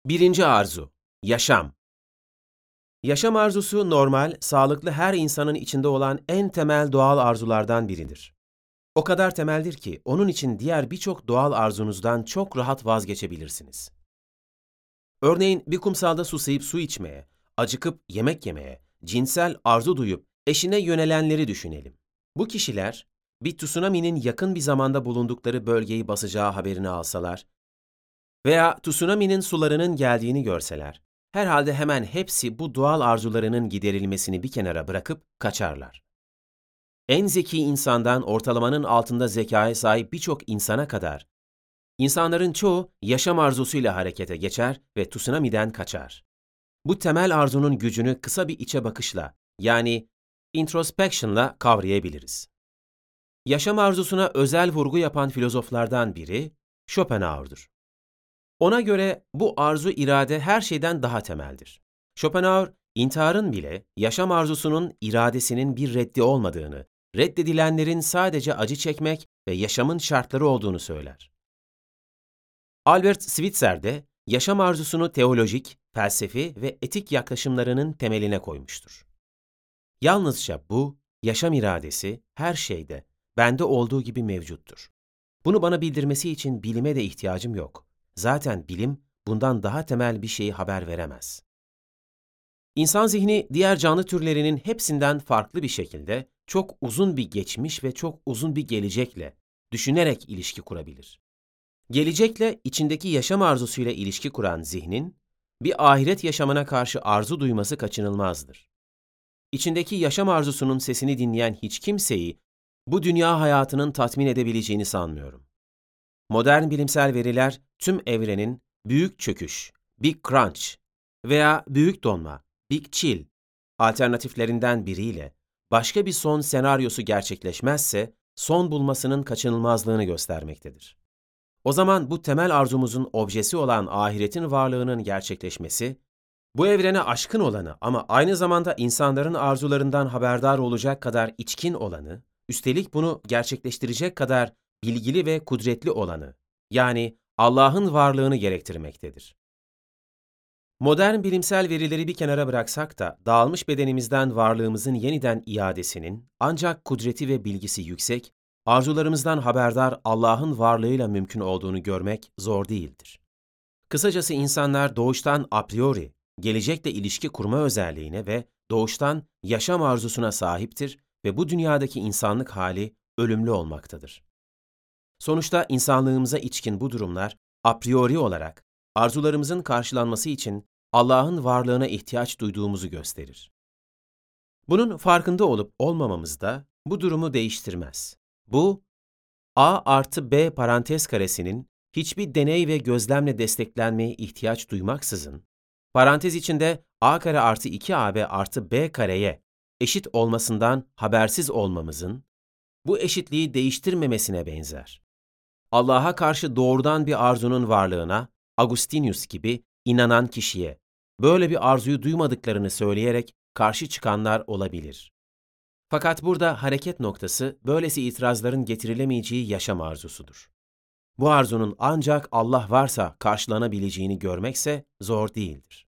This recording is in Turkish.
Birinci arzu, yaşam. Yaşam arzusu normal, sağlıklı her insanın içinde olan en temel doğal arzulardan biridir. O kadar temeldir ki onun için diğer birçok doğal arzunuzdan çok rahat vazgeçebilirsiniz. Örneğin bir kumsalda susayıp su içmeye, acıkıp yemek yemeye, cinsel arzu duyup eşine yönelenleri düşünelim. Bu kişiler bir tsunami'nin yakın bir zamanda bulundukları bölgeyi basacağı haberini alsalar veya tsunami'nin sularının geldiğini görseler, herhalde hemen hepsi bu doğal arzularının giderilmesini bir kenara bırakıp kaçarlar. En zeki insandan ortalamanın altında zekaya sahip birçok insana kadar, insanların çoğu yaşam arzusuyla harekete geçer ve tsunami'den kaçar. Bu temel arzunun gücünü kısa bir içe bakışla, yani introspection'la kavrayabiliriz. Yaşam arzusuna özel vurgu yapan filozoflardan biri Schopenhauer'dur. Ona göre bu arzu irade her şeyden daha temeldir. Schopenhauer, intiharın bile yaşam arzusunun iradesinin bir reddi olmadığını, reddedilenlerin sadece acı çekmek ve yaşamın şartları olduğunu söyler. Albert Schweitzer de yaşam arzusunu teolojik, felsefi ve etik yaklaşımlarının temeline koymuştur. Yalnızca bu, yaşam iradesi her şeyde, bende olduğu gibi mevcuttur. Bunu bana bildirmesi için bilime de ihtiyacım yok. Zaten bilim bundan daha temel bir şeyi haber veremez. İnsan zihni diğer canlı türlerinin hepsinden farklı bir şekilde çok uzun bir geçmiş ve çok uzun bir gelecekle düşünerek ilişki kurabilir. Gelecekle içindeki yaşam arzusuyla ilişki kuran zihnin bir ahiret yaşamına karşı arzu duyması kaçınılmazdır. İçindeki yaşam arzusunun sesini dinleyen hiç kimseyi bu dünya hayatının tatmin edebileceğini sanmıyorum. Modern bilimsel veriler tüm evrenin büyük çöküş, Big Crunch veya büyük donma, Big Chill alternatiflerinden biriyle başka bir son senaryosu gerçekleşmezse son bulmasının kaçınılmazlığını göstermektedir. O zaman bu temel arzumuzun objesi olan ahiretin varlığının gerçekleşmesi, bu evrene aşkın olanı ama aynı zamanda insanların arzularından haberdar olacak kadar içkin olanı, üstelik bunu gerçekleştirecek kadar bilgili ve kudretli olanı, yani Allah'ın varlığını gerektirmektedir. Modern bilimsel verileri bir kenara bıraksak da, dağılmış bedenimizden varlığımızın yeniden iadesinin, ancak kudreti ve bilgisi yüksek, arzularımızdan haberdar Allah'ın varlığıyla mümkün olduğunu görmek zor değildir. Kısacası insanlar doğuştan a priori, gelecekle ilişki kurma özelliğine ve doğuştan yaşam arzusuna sahiptir ve bu dünyadaki insanlık hali ölümlü olmaktadır. Sonuçta insanlığımıza içkin bu durumlar a priori olarak arzularımızın karşılanması için Allah'ın varlığına ihtiyaç duyduğumuzu gösterir. Bunun farkında olup olmamamız da bu durumu değiştirmez. Bu, a artı b parantez karesinin hiçbir deney ve gözlemle desteklenmeye ihtiyaç duymaksızın, parantez içinde a kare artı 2ab artı b kareye eşit olmasından habersiz olmamızın, bu eşitliği değiştirmemesine benzer. Allah'a karşı doğrudan bir arzunun varlığına, Agustinus gibi inanan kişiye, böyle bir arzuyu duymadıklarını söyleyerek karşı çıkanlar olabilir. Fakat burada hareket noktası, böylesi itirazların getirilemeyeceği yaşam arzusudur. Bu arzunun ancak Allah varsa karşılanabileceğini görmekse zor değildir.